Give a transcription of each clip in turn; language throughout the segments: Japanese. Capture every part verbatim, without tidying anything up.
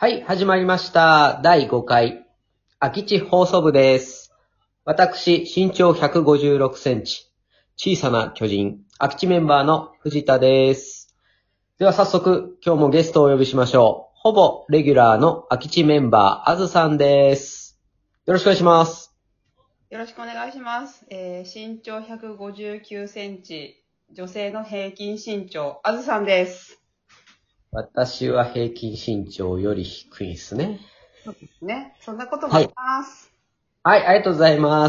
はい、始まりました。だいごかい、空き地放送部です。私、身長ひゃくごじゅうろくセンチ、小さな巨人、空き地メンバーの藤田です。では早速、今日もゲストをお呼びしましょう。ほぼレギュラーの空き地メンバー、あずさんです。よろしくお願いします。 よろしくお願いします。えー、身長ひゃくごじゅうきゅうセンチ、女性の平均身長、あずさんです。 私は平均身長より低いですね。 そうですね。そんなこともあります。 はい、はい、ありがとうございます。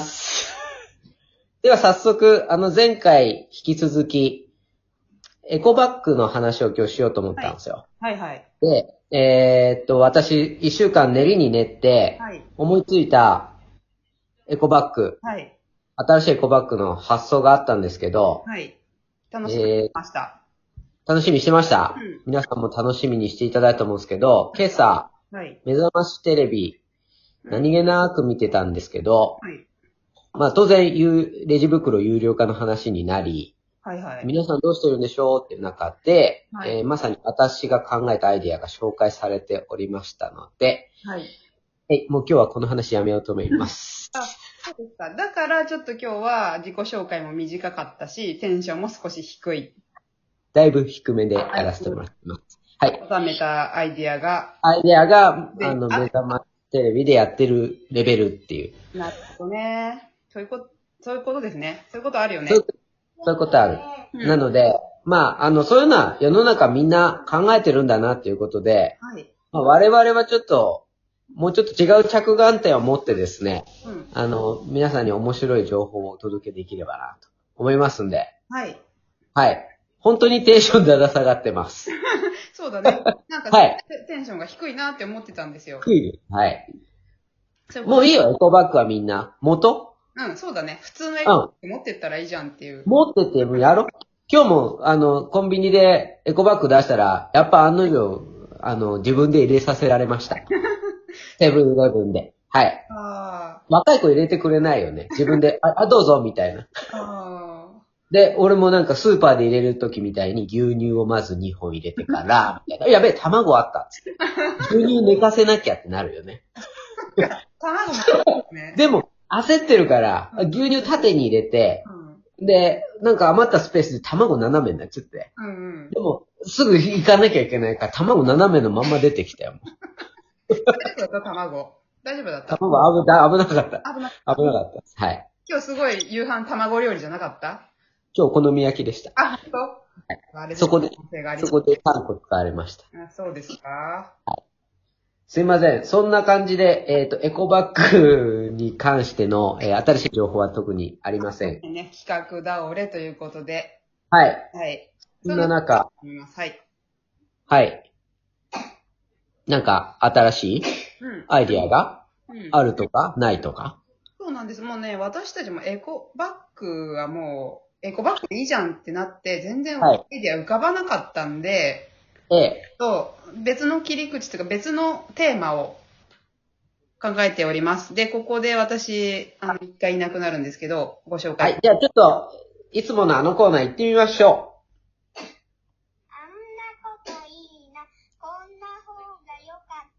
では早速、あの前回引き続き、エコバッグの話を今日しようと思ったんですよ。 はい、はい、はい。 で、えー、っと、私、一週間練りに練って、思いついたエコバッグ、はい、新しいエコバッグの発想があったんですけど、 はい。楽しみにしてました。 えー、楽しみにしてました、うん。皆さんも楽しみにしていただいたと思うんですけど、今朝、はい、目覚ましテレビ、何気なく見てたんですけど、はい、まあ当然、レジ袋有料化の話になり、はいはい、皆さんどうしてるんでしょうっていう中で、はい、えー、まさに私が考えたアイデアが紹介されておりましたので、はい。え、もう今日はこの話やめようと思います。 あ、そうですか。だからちょっと今日は自己紹介も短かったし、テンションも少し低い。 だいぶ低めでやらせてもらってます。はい。 収めたアイデアが。 アイデアが、あの、目覚ましテレビでやってるレベルっていう。 なるほどね。そういうこと、そういうことですね。そういうことあるよね。 そうそういうことある。うん、なので、まあ、あの、そういうのは世の中みんな考えてるんだなっていうことで、はい、まあ、我々はちょっと、もうちょっと違う着眼点を持ってですね、うん、あの、皆さんに面白い情報をお届けできればなと思いますんで、はい。はい。本当にテンションだだ下がってます。 そうだね。なんか、はい、テンションが低いなって思ってたんですよ。 低い。はい。もういいよ、エコバッグはみんな。元うん、そうだね。普通のエコバッグ持ってったらいいじゃんっていう。 うん、持ってってもやろう。今日も、あの、コンビニでエコバッグ出したら、やっぱ案の定、あの、自分で入れさせられました。セブンイレブンで。はい。あ若い子入れてくれないよね。自分で、あ、あどうぞ、みたいな。あで、俺もなんかスーパーで入れるときみたいに牛乳をまずにほん入れてから、みたいな。やべえ、卵あったっつって。牛乳寝かせなきゃってなるよね。 卵もね。 でも、焦ってるから、牛乳縦に入れて、うん、で、なんか余ったスペースで卵斜めになっちゃって。うんうん、でも、すぐ行かなきゃいけないから、卵斜めのまんま出てきたよ。 大丈夫だった卵。大丈夫だった卵危な、危なかった。 危なかった。危なかった。はい。 今日すごい夕飯卵料理じゃなかった？ 今日お好み焼きでした。 あ、本当？ はい。そこで、そこでさんこ使われました。 あ、そうですか。 はい。すいません。そんな感じで、えっと、エコバッグに関しての、えー、新しい情報は特にありません。 ね、企画倒れということで。 はい。はい。そんな中。 はい。 はい。なんか、新しいアイディアがあるとか、うん、ないとか。 そうなんです。もうね、私たちもエコバッグはもう、エコバッグでいいじゃんってなって、全然アイディア浮かばなかったんで、はい、ええ。と、別の切り口というか別のテーマを考えております。で、ここで私、あの、一回いなくなるんですけど、ご紹介。 はい、じゃあちょっと、いつものあのコーナー行ってみましょう。あんなこといいな、こんな方が良かった。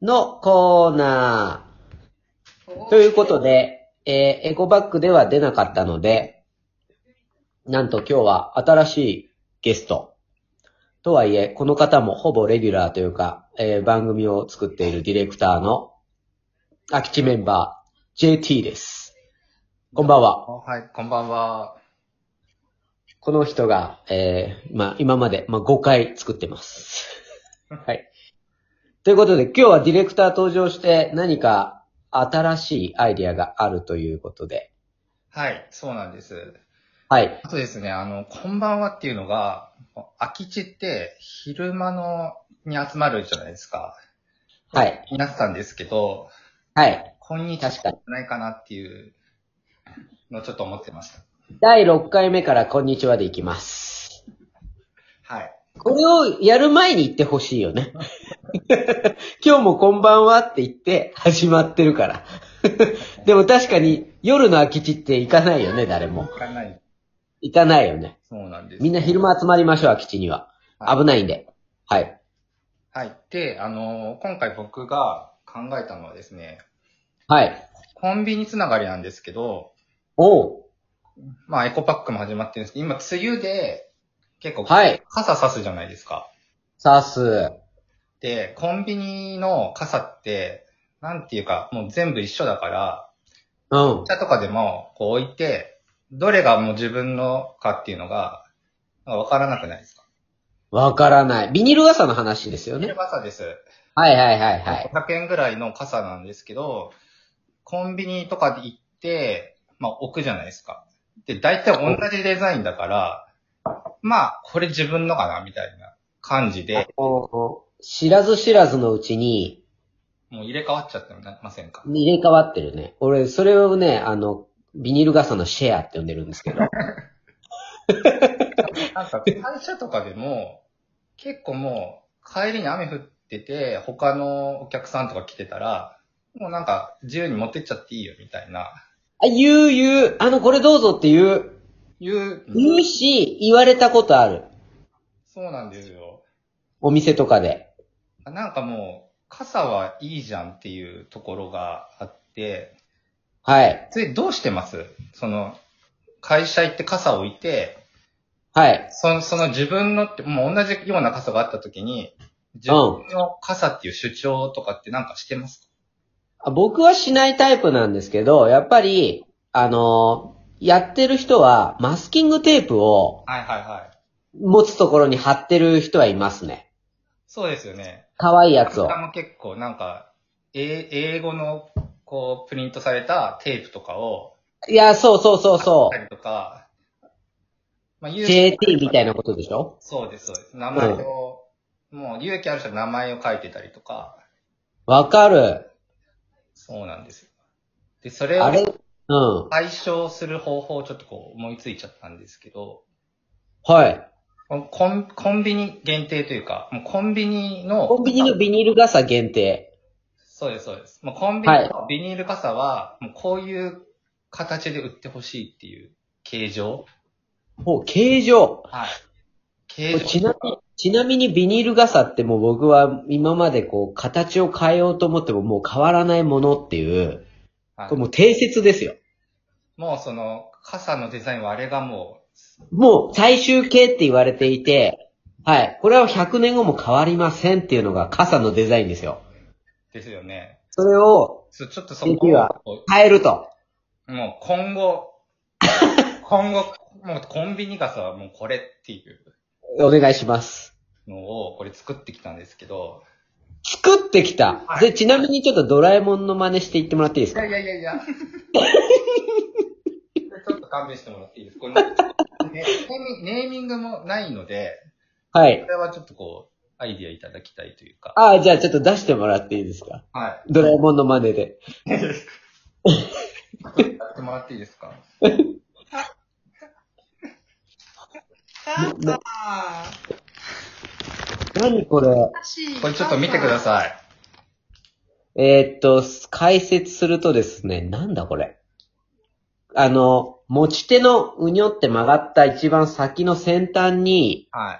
のコーナー。ということで、えー、エコバッグでは出なかったので、なんと今日は新しいゲスト。とはいえ、この方もほぼレギュラーというか、えー、番組を作っているディレクターの空き地メンバー、ジェーティー です。こんばんは。 はい、こんばんは。 この人が、えー、まあ、今まで、まあ、ごかい作ってます。はい。ということで、今日はディレクター登場して何か新しいアイディアがあるということで。 はい、そうなんです。 はい。 あとですね、あの、こんばんはっていうのが、空き地って昼間のに集まるじゃないですか。 はい。 になってたんですけど、 はい。 こんにちはないかなっていうのをちょっと思ってました。 だいろっかいめからこんにちはでいきます。 はい。 これをやる前に言ってほしいよね。今日もこんばんはって言って始まってるから。でも確かに夜の空き地って行かないよね、誰も。 行かない。 行かないよね。 そうなんです。 みんな昼間集まりましょう、空き地には。はい、危ないんで。はい。 はい。で、あのー、今回僕が考えたのはですね、 はい。 コンビニつながりなんですけど、 おう。 まあエコパックも始まってるんですけど、今梅雨で結構はい。 傘差すじゃないですか。 さす。 で、コンビニの傘って、なんていうか、もう全部一緒だから、 うん。 お茶とかでもこう置いて、どれがもう自分のかっていうのが、わからなくないですか？ わからない。ビニール傘の話ですよビニールね。 傘です。 はいはいはいはい。 ひゃくえんぐらいの傘なんですけど、コンビニとかで行って、まあ置くじゃないですか。で、大体同じデザインだから、まあ、これ自分のかなみたいな感じで、 お知らず知らずのうちに、 もう入れ替わっちゃってませんか？ 入れ替わってるね。俺、それをね、あの、ビニール傘のシェアって呼んでるんですけど。 なんか会社とかでも、結構もう帰りに雨降ってて、他のお客さんとか来てたら、もうなんか自由に持ってっちゃっていいよみたいな。 あ、言う言う。あの、これどうぞって言う。 言う。 言うし、言われたことある。 そうなんですよ。 お店とかで。 なんかもう、傘はいいじゃんっていうところがあって、 はい。 それどうしてますその、会社行って傘を置いて、 はい。 その、その自分のって、もう同じような傘があった時に、自分の傘っていう主張とかってなんかしてますか、うん、僕はしないタイプなんですけど、やっぱり、あのー、やってる人は、マスキングテープを、 はいはいはい。 持つところに貼ってる人はいますね。 そうですよね。 可愛いやつを。 も結構なんか、え英語のこうプリントされたテープとかを。 いや、そうそうそうそう。 とか、 まあ、ジェーティー みたいなことでしょ？ そうですそうです。名前を、うん、もう勇気ある人は名前を書いてたりとか。 わかる。 そうなんですよ。で、それを解消する方法をちょっとこう思いついちゃったんですけど。 はい。 コン、コンビニ限定というか、もうコンビニの。 コンビニのビニール傘限定。 そうです、そうです。もうコンビニのビニール傘は、もうこういう形で売ってほしいっていう形状。 もう形状。 はい。形状。 ちなみに、ちなみにビニール傘ってもう僕は今までこう形を変えようと思ってももう変わらないものっていう、はい、これもう定説ですよ。 もうその傘のデザインはあれがもう、 もう最終形って言われていて、はい。これはひゃくねんごも変わりませんっていうのが傘のデザインですよ。 ですよね。 それを、 ちょっとそこは変えると。 もう今後、今後、もうコンビニ傘はもうこれっていう。 お願いします。 のを、これ作ってきたんですけど。 作ってきた、はい、で、ちなみにちょっとドラえもんの真似して言ってもらっていいですか？ いやいやいやいや。ちょっと勘弁してもらっていいですか？これ、ね、ネーミングもないので、 はい。 これはちょっとこう、アイディアいただきたいというか。 ああ、じゃあちょっと出してもらっていいですか？ はい。 ドラえもんの真似で。 やってもらっていいですか？ な、 何これ？ これちょっと見てください。 えー、っと、解説するとですね、なんだこれ。あの、持ち手のうにょって曲がった一番先の先端に、 はい。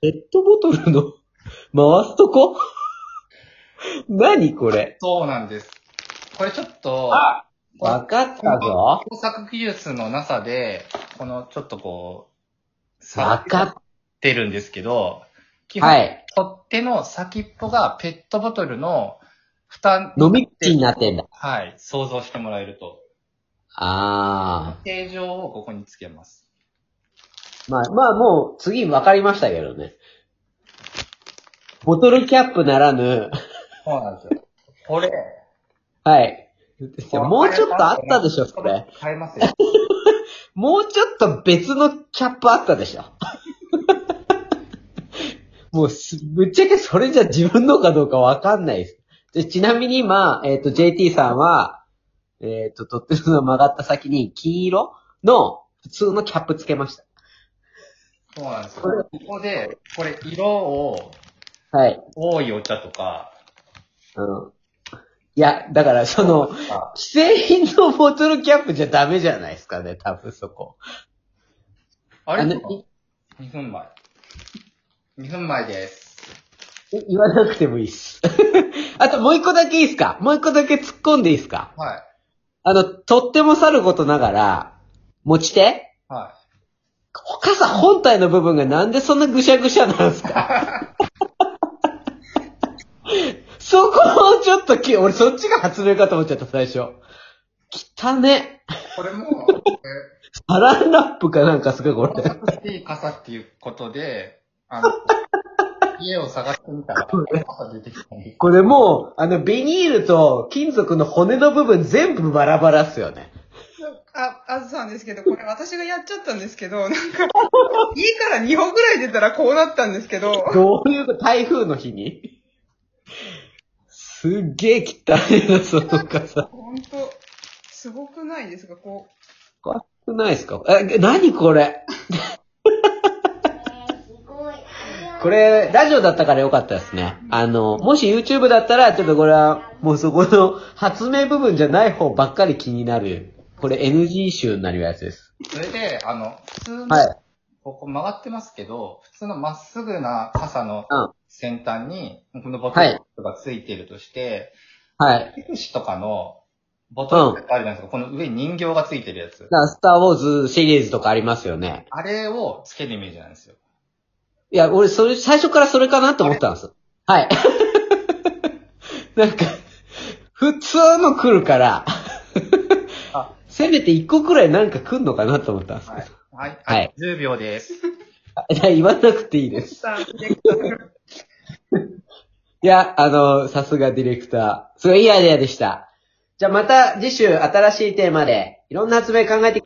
ペットボトルの回すとこ何これ？ そうなんです。これちょっと、 あ、わかったぞ。 工作技術のなさで、このちょっとこう、わかってるんですけど、 基本、はい、 取っ手の先っぽがペットボトルの蓋飲み口になってんだ。 はい、想像してもらえると。 ああ。 形状をここにつけます。 まあ、まあもう次分かりましたけどね。ボトルキャップならぬ。 そうなんですよ。これ。 はい。もうちょっとあったでしょ、それ。 変えますよ。 もうちょっと別のキャップあったでしょ。もうす、ぶっちゃけそれじゃ自分のかどうかわかんないです。でちなみに、まあ、えっ、ー、と、ジェーティー さんは、えっ、ー、と、取っ手の曲がった先に金色の普通のキャップつけました。 そうなんですよ。ここで、これ色を、 はい。 多いお茶とか、 うん。いや、だからその、既製品のボトルキャップじゃダメじゃないですかね、多分そこ。 あれ？ に 分前。にふんまえです。 言わなくてもいいっす。あともう一個だけいいっすか？もう一個だけ突っ込んでいいっすか？ はい。 あの、とってもさることながら、持ち手は傘本体の部分がなんでそんなぐしゃぐしゃなんすか？そこをちょっとき、俺そっちが発明かと思っちゃった最初。汚ね。 い。これも、 サランラップかなんかすかこれ。 いい傘っていうことで、あの、家を探してみたら、傘出てきたんです。 これもう、あの、ビニールと金属の骨の部分全部バラバラっすよね。 あ、あずさんですけど、これ私がやっちゃったんですけど、なんか、家からにほんぐらい出たらこうなったんですけど。 どういうこと？台風の日にすっげえ汚いな、その傘。 ほんと、すごくないですか、こう。 怖くないですか？え、何これこれ、ラジオだったからよかったですね。あの、もし YouTube だったら、ちょっとこれは、もうそこの発明部分じゃない方ばっかり気になる。これ エヌジー 集になるやつです。 それで、あの、普通の、 はい。 ここ曲がってますけど、普通のまっすぐな傘のうん。 先端に、このボトルがついているとして、 はい。 ピクシとかのボトルってあるじゃないですか。この上に人形がついてるやつ。 だからスターウォーズシリーズとかありますよね。 あれをつけるイメージなんですよ。 いや、俺、それ、最初からそれかなって思ったんです。はい。なんか、普通の来るから、せめて一個くらいなんか来んのかなと思ったんですけど。 はい。はい。 はいじゅうびょうです。 いや、言わなくていいです。 さん、ディレクターいや、あの、さすがディレクター。すごいいいアイデアでした。じゃあまた次週新しいテーマでいろんな発明考えて